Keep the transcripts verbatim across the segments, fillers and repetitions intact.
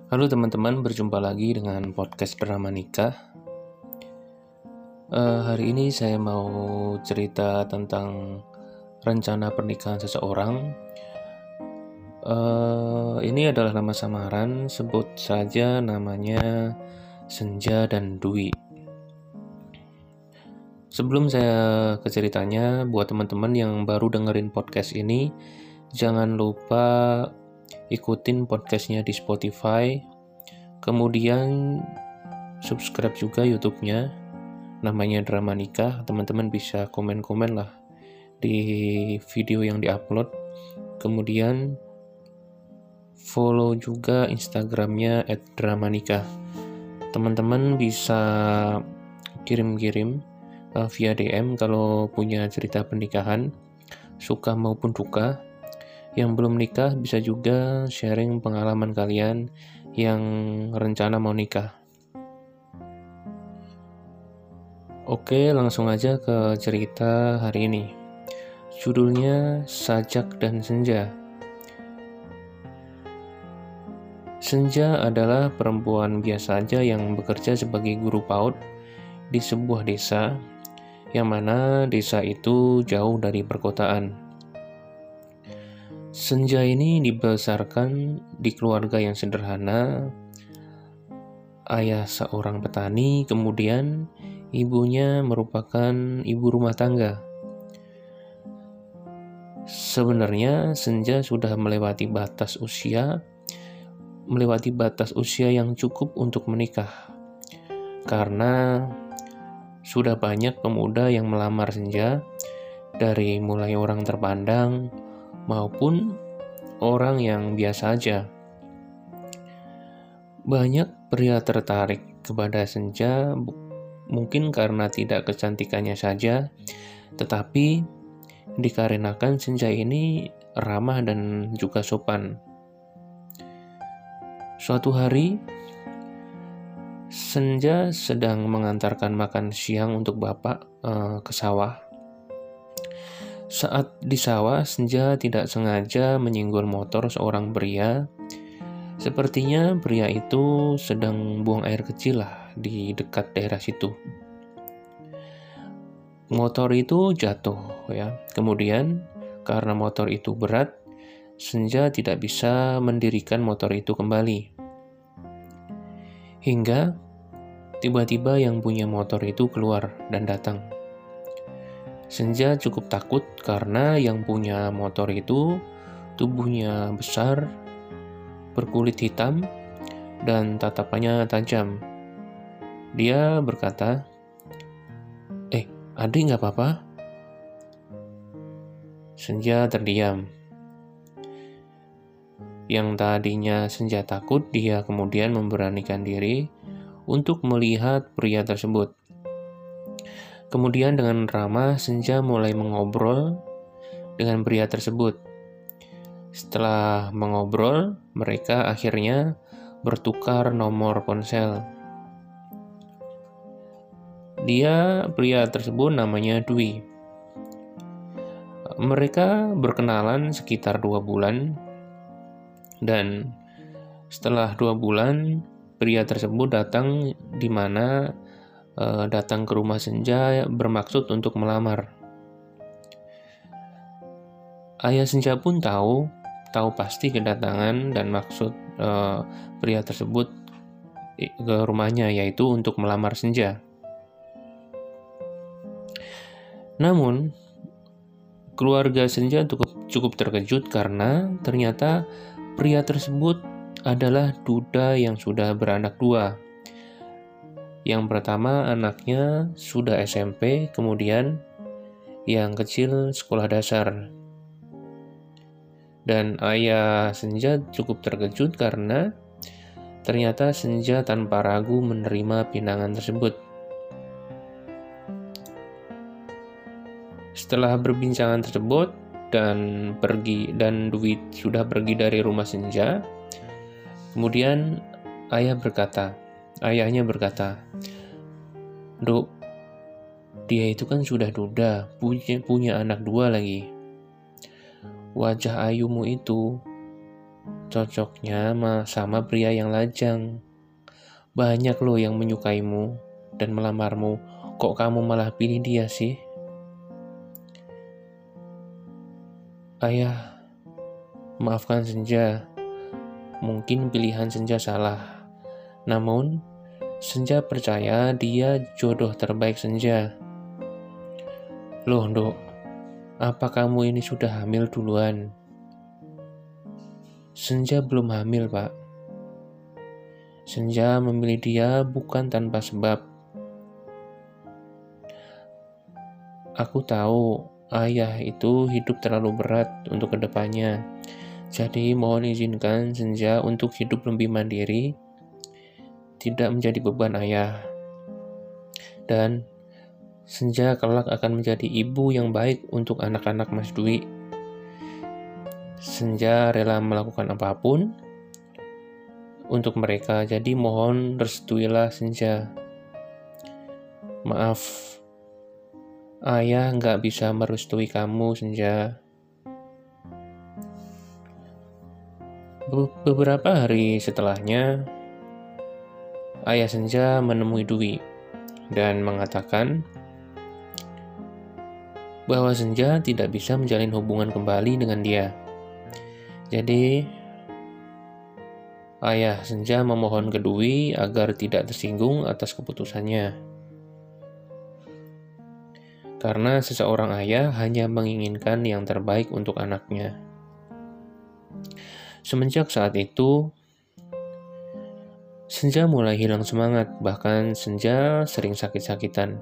Halo teman-teman, berjumpa lagi dengan podcast Drama Nikah. Uh, hari ini saya mau cerita tentang rencana pernikahan seseorang. Uh, ini adalah nama samaran, sebut saja namanya Senja dan Dwi. Sebelum saya ke ceritanya, buat teman-teman yang baru dengerin podcast ini, jangan lupa ikutin podcastnya di Spotify, kemudian subscribe juga YouTube-nya, namanya Drama Nikah. Teman-teman bisa komen-komen lah di video yang diupload, kemudian follow juga Instagramnya at drama nikah. Teman-teman bisa kirim-kirim uh, via D M kalau punya cerita pernikahan, suka maupun duka. Yang belum nikah bisa juga sharing pengalaman kalian yang rencana mau nikah. Oke, langsung aja ke cerita hari ini. Judulnya Sajak dan Senja. Senja adalah perempuan biasa aja yang bekerja sebagai guru PAUD di sebuah desa, yang mana desa itu jauh dari perkotaan. Senja ini dibesarkan di keluarga yang sederhana. Ayah seorang petani, kemudian ibunya merupakan ibu rumah tangga. Sebenarnya Senja sudah melewati batas usia, melewati batas usia yang cukup untuk menikah. Karena sudah banyak pemuda yang melamar Senja, dari mulai orang terpandang maupun orang yang biasa aja. Banyak pria tertarik kepada Senja, mungkin karena tidak kecantikannya saja, tetapi dikarenakan Senja ini ramah dan juga sopan. Suatu hari, Senja sedang mengantarkan makan siang untuk bapak eh, ke sawah. Saat di sawah, Senja tidak sengaja menyinggol motor seorang pria. Sepertinya pria itu sedang buang air kecil lah di dekat daerah situ. Motor itu jatuh ya. Kemudian karena motor itu berat, Senja tidak bisa mendirikan motor itu kembali. Hingga tiba-tiba yang punya motor itu keluar dan datang. Senja cukup takut karena yang punya motor itu tubuhnya besar, berkulit hitam, dan tatapannya tajam. Dia berkata, "Eh, adik nggak apa-apa?" Senja terdiam. Yang tadinya Senja takut, dia kemudian memberanikan diri untuk melihat pria tersebut. Kemudian dengan ramah, Senja mulai mengobrol dengan pria tersebut. Setelah mengobrol, mereka akhirnya bertukar nomor ponsel. Dia, pria tersebut namanya Dwi. Mereka berkenalan sekitar dua bulan, dan setelah dua bulan, pria tersebut datang di mana datang ke rumah Senja bermaksud untuk melamar. Ayah Senja pun tahu, tahu pasti kedatangan dan maksud uh, pria tersebut ke rumahnya, yaitu untuk melamar Senja. Namun, keluarga Senja cukup, cukup terkejut karena ternyata pria tersebut adalah duda yang sudah beranak dua. Yang pertama anaknya sudah S M P, kemudian yang kecil sekolah dasar. Dan ayah Senja cukup terkejut karena ternyata Senja tanpa ragu menerima pinangan tersebut. Setelah perbincangan tersebut dan pergi dan Dwi sudah pergi dari rumah Senja, kemudian ayah berkata, ayahnya berkata, "Duk, dia itu kan sudah duda, punya, punya anak dua lagi. Wajah ayumu itu cocoknya sama pria yang lajang. Banyak loh yang menyukaimu dan melamarmu, kok kamu malah pilih dia sih? Ayah, maafkan Senja, mungkin pilihan Senja salah. Namun, Senja percaya dia jodoh terbaik Senja. Loh, Dok, apa kamu ini sudah hamil duluan? Senja belum hamil, Pak. Senja memilih dia bukan tanpa sebab. Aku tahu ayah itu hidup terlalu berat untuk kedepannya. Jadi mohon izinkan Senja untuk hidup lebih mandiri, tidak menjadi beban ayah. Dan Senja kelak akan menjadi ibu yang baik untuk anak-anak Mas Dwi. Senja rela melakukan apapun untuk mereka, jadi mohon restuilah Senja. Maaf, ayah nggak bisa merestui kamu, Senja. Be- Beberapa hari setelahnya, ayah Senja menemui Dwi dan mengatakan bahwa Senja tidak bisa menjalin hubungan kembali dengan dia. Jadi, ayah Senja memohon ke Dwi agar tidak tersinggung atas keputusannya. Karena seseorang ayah hanya menginginkan yang terbaik untuk anaknya. Semenjak saat itu, Senja mulai hilang semangat, bahkan Senja sering sakit-sakitan.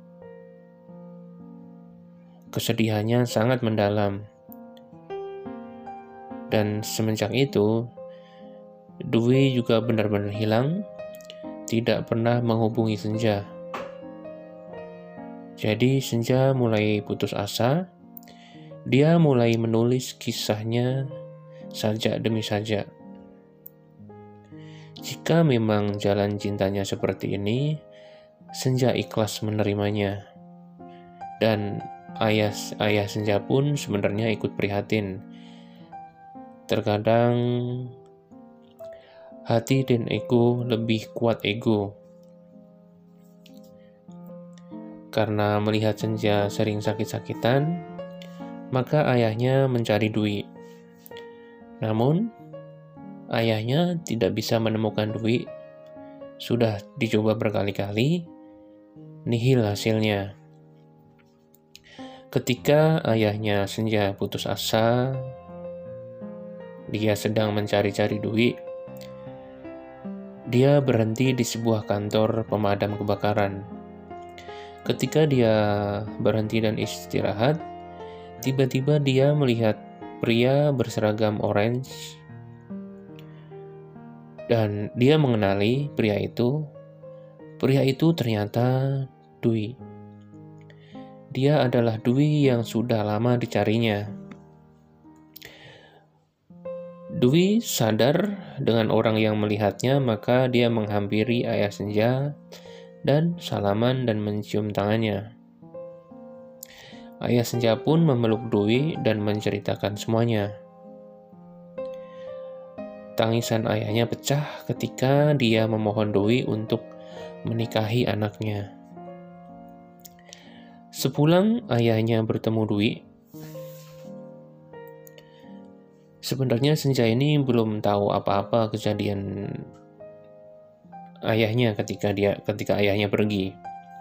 Kesedihannya sangat mendalam. Dan semenjak itu, Dwi juga benar-benar hilang, tidak pernah menghubungi Senja. Jadi Senja mulai putus asa, dia mulai menulis kisahnya sajak demi sajak. Jika memang jalan cintanya seperti ini, Senja ikhlas menerimanya. Dan ayah ayah Senja pun sebenarnya ikut prihatin. Terkadang hati dan ego lebih kuat ego. Karena melihat Senja sering sakit-sakitan, maka ayahnya mencari Dwi. Namun, ayahnya tidak bisa menemukan Dwi. Sudah dicoba berkali-kali, nihil hasilnya. Ketika ayahnya Senja putus asa, dia sedang mencari-cari Dwi. Dia berhenti di sebuah kantor pemadam kebakaran. Ketika dia berhenti dan istirahat, tiba-tiba dia melihat pria berseragam orange. Dan dia mengenali pria itu. Pria itu ternyata Dwi. Dia adalah Dwi yang sudah lama dicarinya. Dwi sadar dengan orang yang melihatnya, maka dia menghampiri ayah Senja dan salaman dan mencium tangannya. Ayah Senja pun memeluk Dwi dan menceritakan semuanya. Tangisan ayahnya pecah ketika dia memohon Dwi untuk menikahi anaknya. Sepulang ayahnya bertemu Dwi, sebenarnya Senja ini belum tahu apa-apa kejadian ayahnya ketika dia ketika ayahnya pergi.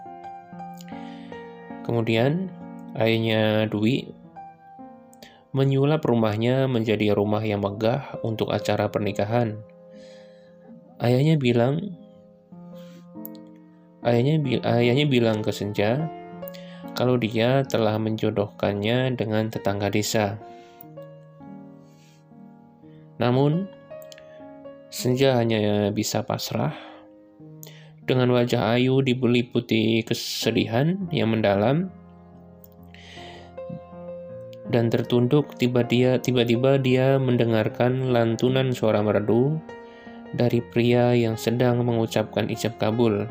Kemudian ayahnya Dwi menyulap rumahnya menjadi rumah yang megah untuk acara pernikahan. Ayahnya bilang, ayahnya ayahnya bilang ke Senja kalau dia telah menjodohkannya dengan tetangga desa. Namun, Senja hanya bisa pasrah. Dengan wajah ayu diliputi kesedihan yang mendalam dan tertunduk, tiba-tiba tiba-tiba dia mendengarkan lantunan suara merdu dari pria yang sedang mengucapkan ijab kabul.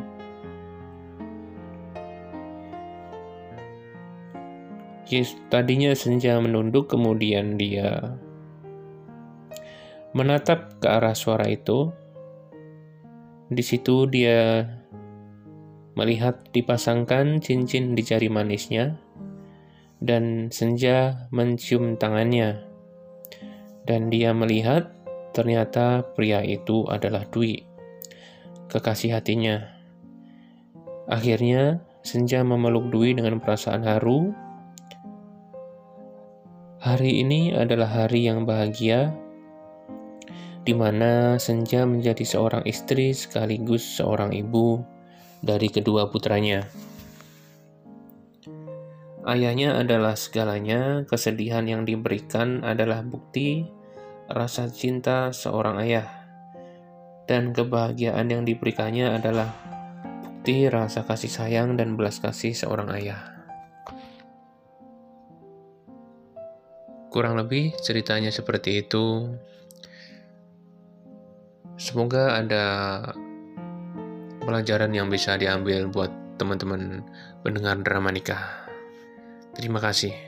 Yes, tadinya Senja menunduk, kemudian dia menatap ke arah suara itu. Di situ dia melihat dipasangkan cincin di jari manisnya, dan Senja mencium tangannya. Dan dia melihat ternyata pria itu adalah Dwi, kekasih hatinya. Akhirnya Senja memeluk Dwi dengan perasaan haru. Hari ini adalah hari yang bahagia, di mana Senja menjadi seorang istri sekaligus seorang ibu dari kedua putranya. Ayahnya adalah segalanya, kesedihan yang diberikan adalah bukti rasa cinta seorang ayah, dan kebahagiaan yang diberikannya adalah bukti rasa kasih sayang dan belas kasih seorang ayah. Kurang lebih ceritanya seperti itu. Semoga ada pelajaran yang bisa diambil buat teman-teman pendengar drama nikah. Terima kasih.